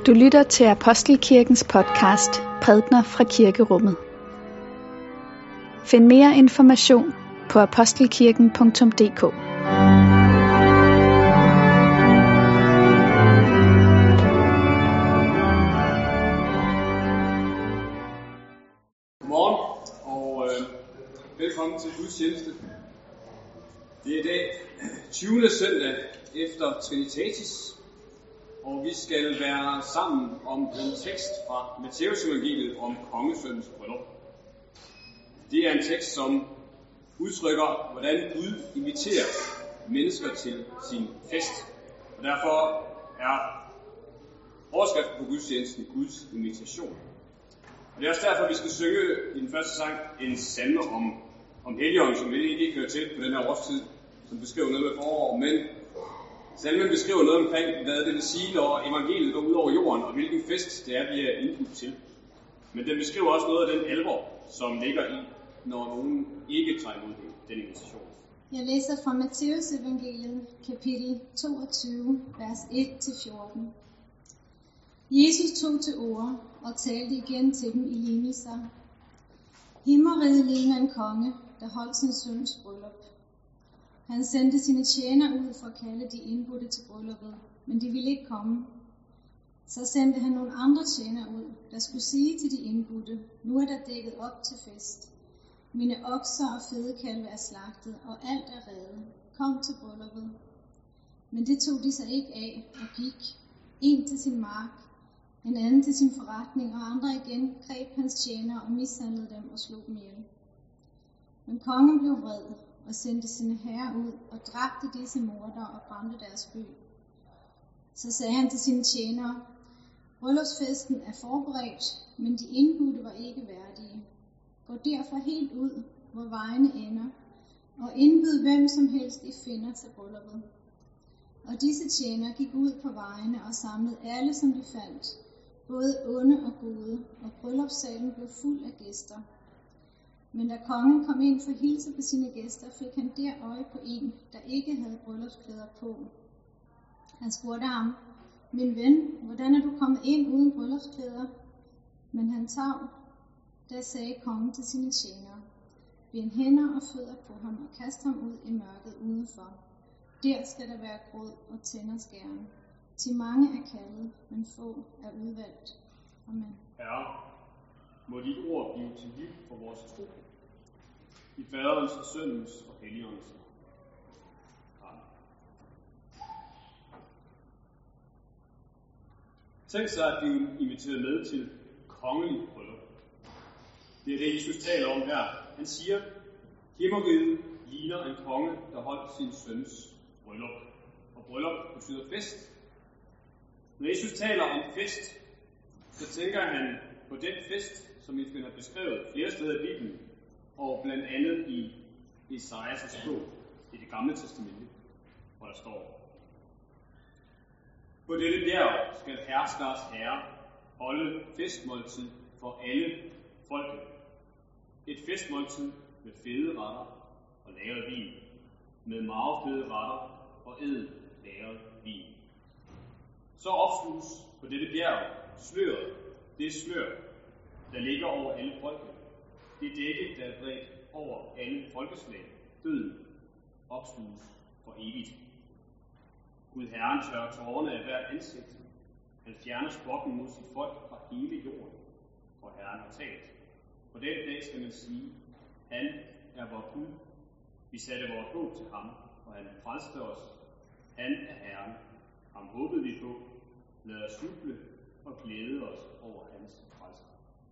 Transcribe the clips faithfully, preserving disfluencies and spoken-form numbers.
Du lytter til Apostelkirkens podcast Prædikener fra Kirkerummet. Find mere information på apostelkirken punktum d k. Godmorgen og øh, velkommen til gudstjeneste. Det er i dag tyvende søndag efter Trinitatis, og vi skal være sammen om en tekst fra Matthæusevangeliet om kongesønnens bryllup. Det er en tekst, som udtrykker, hvordan Gud inviterer mennesker til sin fest. Og derfor er overskriften på gudstjenesten Guds invitation. Og det er også derfor, vi skal synge i den første sang en salme om, om Helligånden, som vi ikke hører til på den her årstid, som beskriver noget med forår. Men salmen beskriver noget omkring, hvad det vil sige, når evangeliet går ud over jorden, og hvilken fest det er, vi er indbudt til. Men den beskriver også noget af den alvor, som ligger i, når nogen ikke tager imod den invitation. Jeg læser fra Matthæusevangeliet, kapitel toogtyve, vers et til fjorten. Jesus tog til orde og talte igen til dem i lignelser. Himmeriget ligner en konge, der holdt sin søns bryllup. Han sendte sine tjenere ud for at kalde de indbudte til brylluppet, men de ville ikke komme. Så sendte han nogle andre tjenere ud, der skulle sige til de indbudte, nu er der dækket op til fest. Mine okser og fedekalve er slagtet, og alt er redet. Kom til brylluppet. Men det tog de sig ikke af og gik. En til sin mark, en anden til sin forretning, og andre igen greb hans tjenere og mishandlede dem og slog dem ihjel. Men kongen blev vred og sendte sine herrer ud og dræbte disse mordere og brændte deres by. Så sagde han til sine tjenere, bryllupsfesten er forberedt, men de indbudte var ikke værdige. Gå derfor helt ud, hvor vejene ender, og indbyd hvem som helst I finder til brylluppet. Og disse tjenere gik ud på vejene og samlede alle, som de fandt, både onde og gode, og bryllupssalen blev fuld af gæster. Men da kongen kom ind for at hilse på sine gæster, fik han der øje på en, der ikke havde bryllupsklæder på. Han spurgte ham, min ven, hvordan er du kommet ind uden bryllupsklæder? Men han tav. Da sagde kongen til sine tjenere, bind hænder og fødder på ham og kast ham ud i mørket udenfor. Der skal der være gråd og tænderskæren. Til mange er kaldet, men få er udvalgt. Amen. Herre, må dit ord blive til liv for vores tro. I faderens og søndens og helligåndens navn. Amen. Tænk sig at blive inviteret med til kongelig bryllup. Det er det, Jesus taler om her. Han siger, himmeriget ligner en konge, der holdt sin søns bryllup. Og bryllup betyder fest. Når Jesus taler om fest, så tænker han på den fest, som vi finder beskrevet flere steder i Bibelen, og blandt andet i Esajas bog i det gamle testamente, hvor der står, på dette bjerg skal herskers herre holde festmåltid for alle folket. Et festmåltid med fede retter og lagret vin, med magefede retter og ædel lagret vin. Så opsluges på dette bjerg sløret, det slør, der ligger over alle folket. Det dække, der er bredt over alle folkeslag, døden, opsluges for evigt. Gud Herren tørrer tårerne af hvert ansigt. Han fjerner spotten mod sit folk fra hele jorden, for Herren har talt. På den dag skal man sige, han er vor Gud. Vi satte vores håb til ham, og han frelste os. Han er Herren. Ham håbede vi på. Lad os juble og glæde os over hans frelse.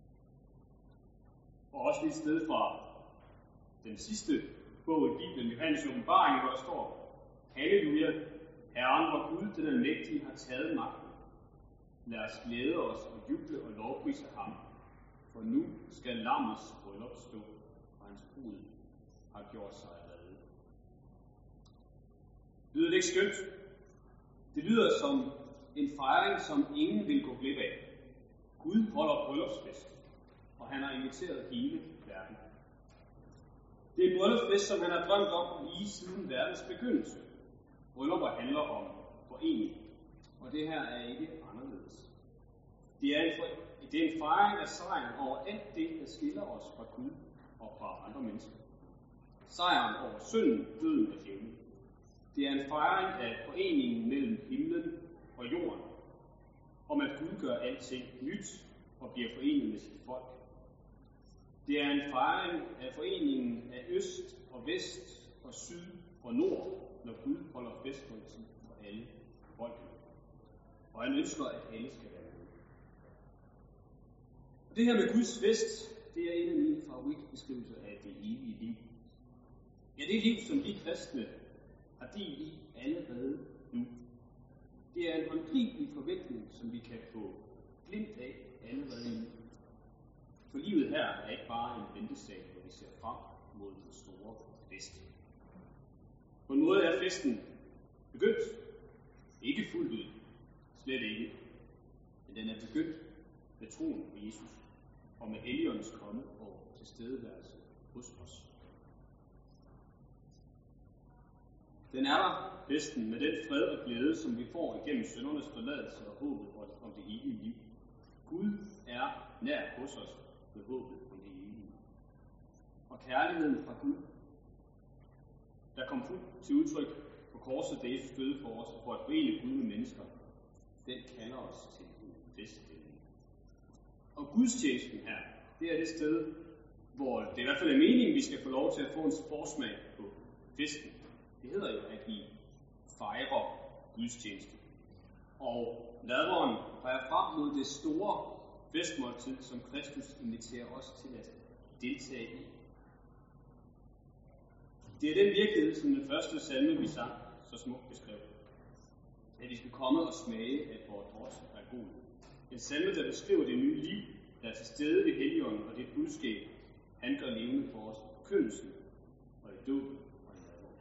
Og også et sted fra den sidste bog i Bibelen, Johannes Åbenbaring, hvor der står, halleluja, Herren vor Gud, den almægtige, har taget magten. Lad os glæde os og juble og lovprise ham. For nu skal lammets bryllup stå, og hans brud har gjort sig rede. Lyder det ikke skønt? Det lyder som en fejring, som ingen vil gå glip af. Gud holder bryllupsfest, og han har inviteret hele verden. Det er en bryllupsfest, som han har drømt om lige siden verdens begyndelse. Bryllupper handler om forening, og det her er ikke anderledes. Det er, en, det er en fejring af sejren over alt det, der skiller os fra Gud og fra andre mennesker. Sejren over synden, døden og djævlen. Det er en fejring af foreningen mellem himlen og jorden, om at Gud gør alting nyt og bliver forenet med sit folk. Det er en fejring af foreningen af øst og vest og syd og nord, når Gud holder festmåltid for alle folk. Og han ønsker, at alle skal være med. Og det her med Guds fest, det er en af mine favoritbeskrivelser af det evige liv. Ja, det liv, som vi kristne har del i allerede nu. Det er en håndgribelig forventning, som vi kan få glimt af allerede nu. For livet her er ikke bare en ventesal, hvor vi ser frem mod den store fest. På en måde er festen begyndt. Ikke fuldt ud. Slet ikke. Men den er begyndt med troen på Jesus og med Helligåndens komme og tilstedeværelse hos os. Den er der, festen, med den fred og glæde, som vi får igennem syndernes forladelse og håbet om det evige liv. Gud er nær hos os med håbet om det evige liv. Og kærligheden fra Gud, der kom fuldt til udtryk på korset, da Jesus døde for os, for at forene Gud med mennesker, den kalder os til en feststemning. Og gudstjenesten her, det er det sted, hvor det i hvert fald er meningen, vi skal få lov til at få en forsmag på festen. Det hedder jo, at vi fejrer gudstjeneste. Og nadveren peger frem mod det store festmåltid, som Kristus inviterer os til at deltage i. Det er den virkelighed, som den første salme, vi sang, så smukt beskrev. At vi skal komme og smage, at vores drost er god. En salme, der beskriver det nye liv, der er til stede ved Helligånden, og det budskab, han gør levende for os i forkyndelsen og i dåben og i nadveren.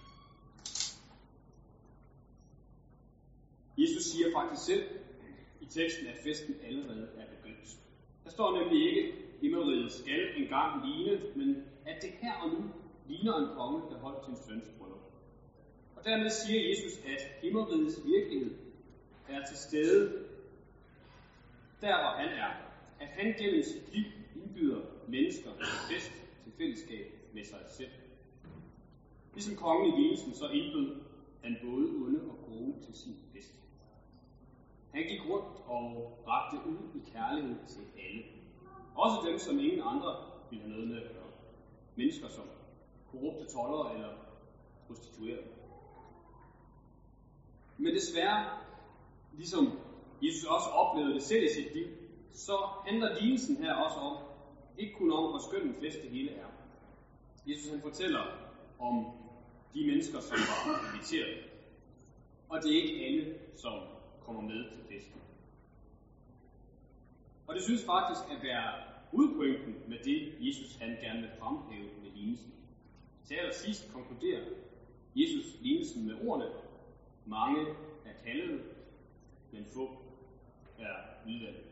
Jesus siger faktisk selv i teksten, at festen allerede er begyndt. Der står nemlig ikke, himmeriget skal engang ligne, men at det her og nu ligner en konge, der holdt sin søns bryllup. Og dermed siger Jesus, at himmerigets virkelighed er til stede der, hvor han er. At han gennem sit liv indbyder mennesker til fest, til fællesskab med sig selv. Ligesom kongen i lignelsen, så indbød han både onde og gode til sin fest. Han gik rundt og rakte ud i kærlighed til alle. Også dem, som ingen andre ville have noget med at gøre. Mennesker som korrupte toldere eller prostituerede. Men desværre, ligesom Jesus også oplevede det selv i sit liv, så handler lignelsen her også om, ikke kun om, hvor skøn en fest det hele er. Jesus han fortæller om de mennesker, som var inviteret. Og det er ikke alle, som kommer med til festen. Og det synes faktisk at være hovedpointen med det, Jesus han gerne vil fremhæve med lignelsen. Til allersidst konkluderer Jesus lignelsen med ordene: mange er kaldede, men få er udvalgte.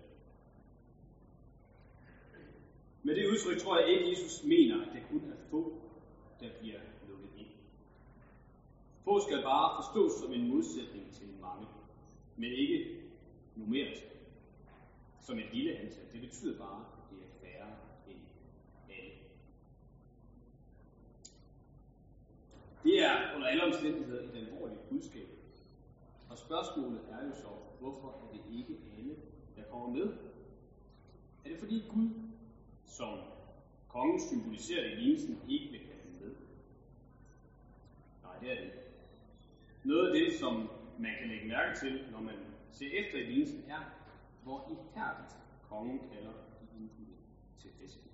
Med det udtryk tror jeg ikke, Jesus mener, at det kun er få, der bliver lukket ind. Få skal bare forstås som en modsætning til mange, men ikke numerisk. Som et lille antal. Det betyder bare, at det er færre end alle. Det er under alle omstændigheder et alvorligt budskab. Og spørgsmålet er jo så, hvorfor er det ikke alle, der kommer med? Er det fordi Gud, som kongen symboliserer i lignelsen, ikke vil have dem med? Nej, det er det ikke. Noget af det, som man kan lægge mærke til, når man ser efter i lignelsen, er, hvor ihærdigt kongen kalder de indbudte til festen.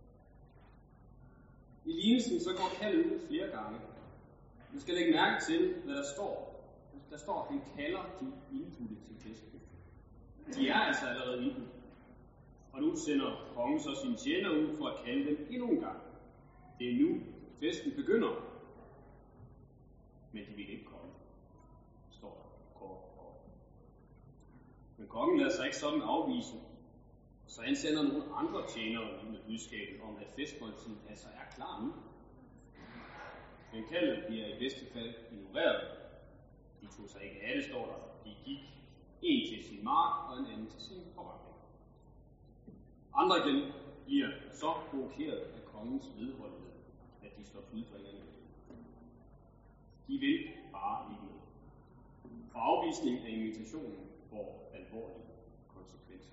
I lignelsen så går kaldet ud flere gange. Man skal lægge mærke til, hvad der står. Der står, at han kalder de indbudte til festen. De er altså allerede indbudt. Og nu sender kongen så sine tjener ud for at kalde dem endnu en gang. Det er nu, festen begynder. Men de vil ikke komme, står der kort og. Men kongen lader sig ikke sådan afvise, så han sender nogle andre tjenere med budskabet om, at festmåltiden altså er klar nu. Men kaldet bliver i bedste fald ignoreret. De tog sig ikke af det, står der. De gik En til sin mark og en anden til sin forretning. Andre igen bliver så provokeret af kongens vedholdenhed, at de står budbringerne med. De vil bare ikke med. For afvisning af invitationen får alvorlige konsekvenser.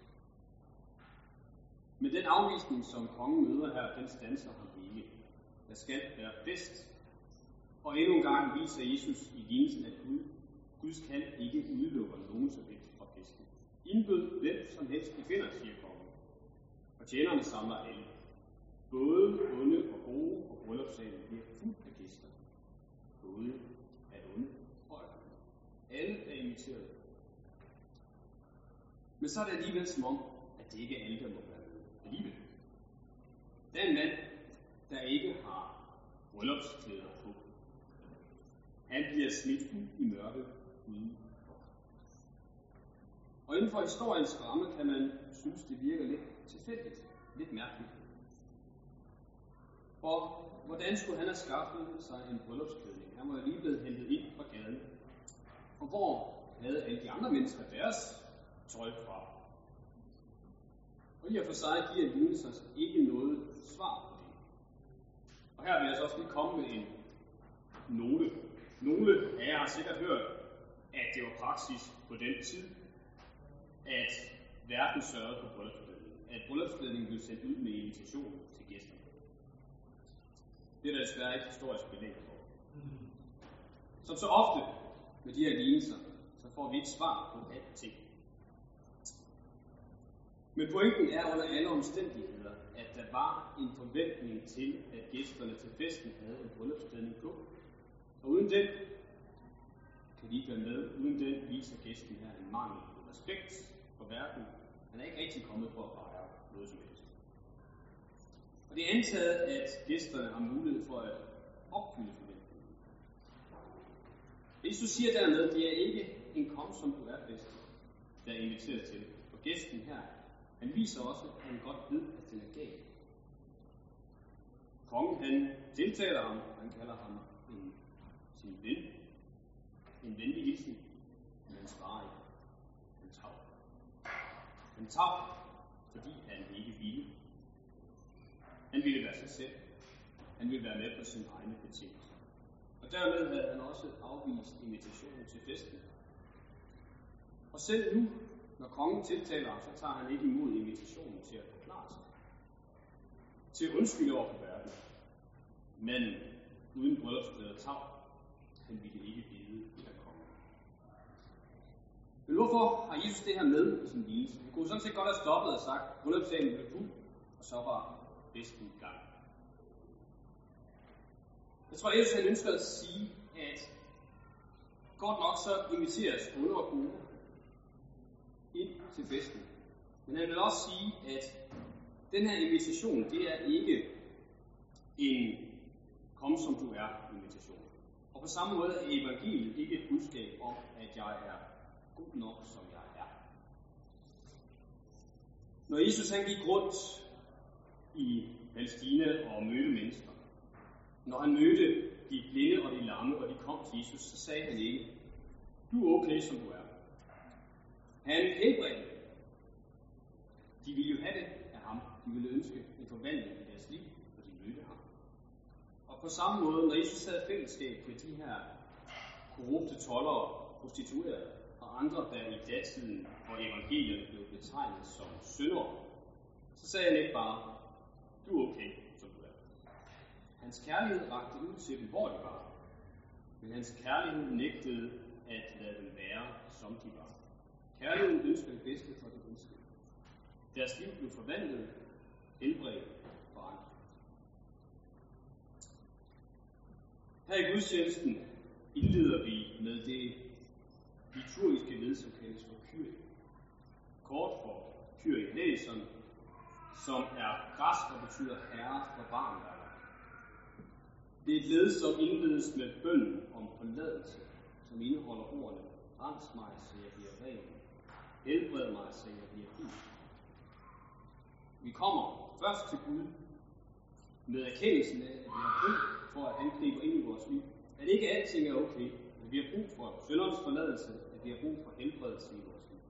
Men den afvisning, som kongen møder her, den standser ham ikke. Der skal være fest. Og endnu en gang viser Jesus i lignelsen, at Gud, Guds kald ikke udelukker nogen som helst fra festen. Indbød hvem som helst I finder, siger kongen. Og tjenerne samler alle. Både onde og gode, og bryllupssalen bliver fuld af gæster. Både af onde og af gode. Alle er inviteret. Men så er det alligevel som om, at det ikke er alle, der må være med alligevel. Der er en mand, der ikke har bryllupsklæder på. Han bliver smidt ud i mørket udenfor. Og inden for historiens ramme kan man synes, det virker lidt tilfældigt, lidt mærkeligt. For hvordan skulle han have skaffet sig en bryllupsklædning? Han var lige blevet hentet ind fra gaden. Og hvor havde alle de andre mennesker deres tøj fra? Og i og for sig giver lignelsen os ikke noget svar på det. Og her vil jeg så også lige komme med en note. Nogle af jer har sikkert hørt, at det var praksis på den tid, at verden sørgede for bryllupsklædning. At bryllupsklædningen blev sendt ud med invitation til gæsterne. Det er der desværre ikke historisk belæg for. Som så ofte med de her lignelser, så får vi et svar på alting. Men pointen er under alle omstændigheder, at der var en forventning til, at gæsterne til festen havde en bryllupsklædning på. Og uden den kan de ikke være med. Uden den viser gæsten her en mangel på respekt for verden. Han er ikke rigtig kommet for at fejre noget som helst. Og det er antaget, at gæsterne har mulighed for at opfylde forventningen. Jesus siger dermed, det er ikke en kom som du er fest, der er inviteret til. For gæsten her, han viser også, at han godt ved, at den er gal. Kongen, han tiltaler ham, han kalder ham en, sin ven, en venlig hilsen, men han svarer ikke. Han tager. Han tager, fordi han ikke ville. Han ville være sig selv. Han ville være med på sine egne betingelser. Og dermed havde han også afvist invitationen til festen. Og selv nu, når kongen tiltaler ham, så tager han ikke imod invitationen til at forklare sig. Til at undskylde over for verden. Men uden bryllupsklæder tav, han ville ikke vide, at komme. Men hvorfor har Jesus det her med i sin lignelse? Han kunne sådan set godt have stoppet og sagt, bryllupssalen blev fuld, og så var festen i gang. Jeg tror, Jesus han ønsker at sige, at godt nok så inviteres onde og gode ind til festen. Men han vil også sige, at den her invitation, det er ikke en kom som du er invitation. Og på samme måde er evangeliet ikke et budskab om, at jeg er god nok, som jeg er. Når Jesus han gik rundt i Palæstina og mødte mennesker, når han mødte de blinde og de lamme, og de kom til Jesus, så sagde han ikke, du er okay, som du er. Han helbredte. De ville jo have det af ham. De ville ønske en forvandling i deres liv, og de mødte ham. Og på samme måde, når Jesus havde fællesskab med de her korrupte toldere, prostituerede og andre, der i datiden, hvor evangelierne blev betegnet som syndere, så sagde han ikke bare, du er okay, som du er. Hans kærlighed rakte ud til dem, hvor de var. Men hans kærlighed nægtede at lade dem være, som de var. Kærligheden ønsker det bedste for det ønskede. Deres liv blev forvandlet, helbredt, forandret. Her i gudstjenesten indleder vi med det liturgiske led, som kaldes for Kyrie. Kort for Kyrie eleison, som er græsk og betyder herre for barn. Det er et led, som indledes med bøn om forladelse, som indeholder ordene, rens mig, så jeg bliver ren. Helbred mig, så jeg bliver fri. Vi kommer først til Gud med erkendelsen af, at vi har brug for, at han griber ind i vores liv. At ikke alting er okay, at vi har brug for syndernes forladelse, at vi har brug for helbredelse i vores liv.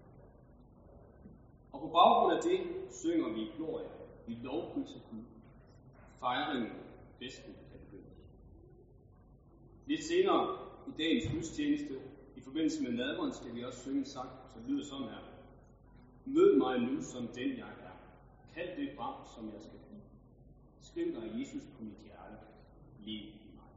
Og på baggrund af det synger vi Gloria, vi lovpriser Gud. Fejringen, festen er begyndt. Lidt senere i dagens gudstjeneste, i forbindelse med nadveren, skal vi også synge en sang, som lyder sådan her. Mød mig nu som den jeg er. Kald det frem, som jeg skal blive. Skriv dig Jesus på mit hjerte. Lev i mig.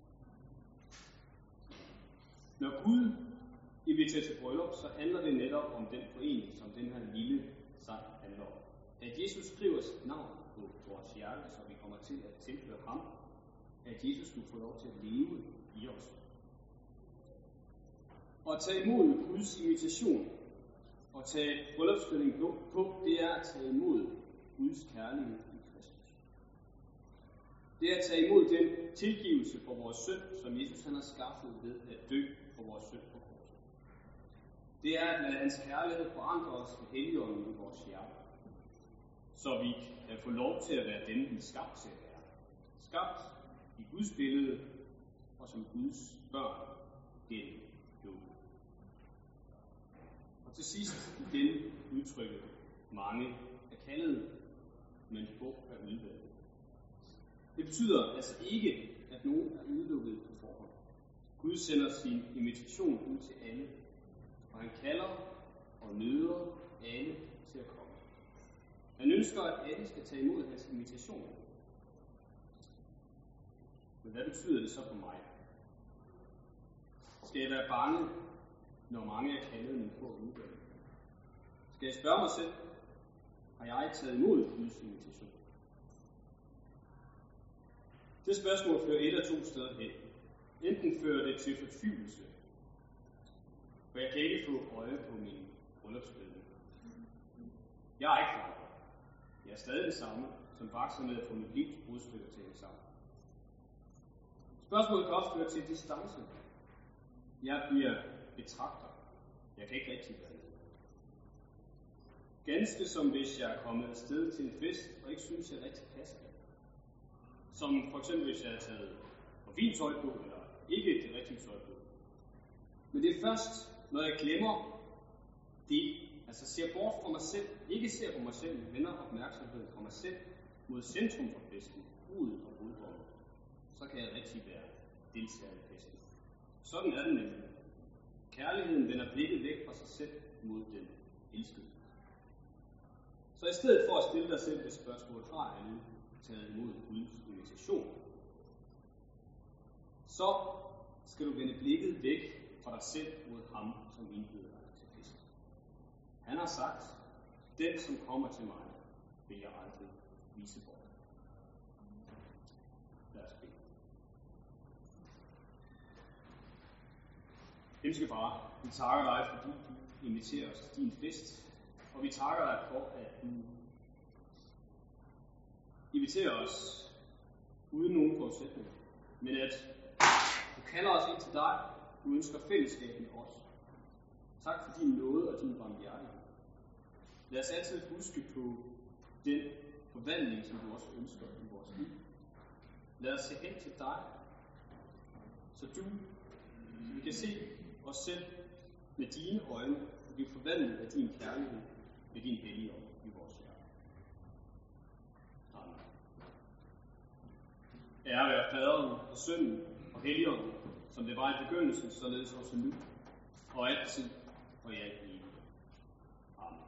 Når Gud inviterer til bryllup, så handler det netop om den forening, som den her lille sang handler om. At Jesus skriver sit navn på vores hjerte, så vi kommer til at tilhøre ham. At Jesus skulle få lov til at leve i os. Og at tage imod Guds invitation og tage bryllupsklædning på, det er at tage imod Guds kærlighed i Kristus. Det er at tage imod den tilgivelse for vores synd, som Jesus han har skaffet ved at dø for vores synd på korset. Det er at lade hans kærlighed forandre os med Helligånden i vores hjerte, så vi kan få lov til at være dem, vi er skabt til at være. Skabt i Guds billede og som Guds børn gennem dåben. Og til sidst igen udtrykket, mange er kaldet, men få er udvalgt. Det betyder altså ikke, at nogen er udelukket på forhånd. Gud sender sin invitation ud til alle, og han kalder og nøder alle til at komme. Han ønsker, at alle skal tage imod hans invitation. Men hvad betyder det så for mig? Skal jeg være bange, når mange er kaldet, men få er udvalgt? Skal jeg spørge mig selv, har jeg taget imod Guds invitation? Det spørgsmål fører et af to steder hen. Enten fører det til fortvivlelse, for jeg kan ikke få øje på min bryllupsklædning. Jeg er ikke klar. Jeg er stadig det samme, som bakser med at få mit livs brudstykker til at sammen. Spørgsmålet kan også føre til distance. Jeg bliver betragter. Jeg kan ikke rigtig være med. Ganske som hvis jeg er kommet afsted til en fest, og ikke synes, jeg rigtig passer. Som for eksempel, hvis jeg er taget for fint tøj på, eller ikke det rigtige tøj på. Men det er først, når jeg glemmer det, altså ser bort fra mig selv, ikke ser på mig selv, men vender opmærksomheden fra mig selv mod centrum for festen, brudet og brudgommen, så kan jeg rigtig være deltager i festen. Sådan er det nemlig. Kærligheden vender blikket væk fra sig selv mod den elskede. Så i stedet for at stille dig selv det spørgsmål, har jeg nu taget imod Guds invitation, så skal du vende blikket væk fra dig selv mod ham, som indbyder dig til festen. Han har sagt, den som kommer til mig, vil jeg aldrig vise bort. Lad os bede. Himmelske Far, vi takker dig, fordi du inviterer os til din fest, og vi takker dig for, at du inviterer os uden nogen forudsætninger, men at du kalder os ind til dig, du ønsker fællesskab med os. Tak for din nåde og din barmhjertighed. Lad os altid huske på den forvandling, som du også ønsker i vores liv. Lad os se hen til dig, så du vi kan se os selv med dine øjne og blive forvandlet af din kærlighed med din hellige ånd i vores hjerte. Amen. Ære være Faderen og Sønnen og Helligånden, som det var i begyndelsen, således også nu og altid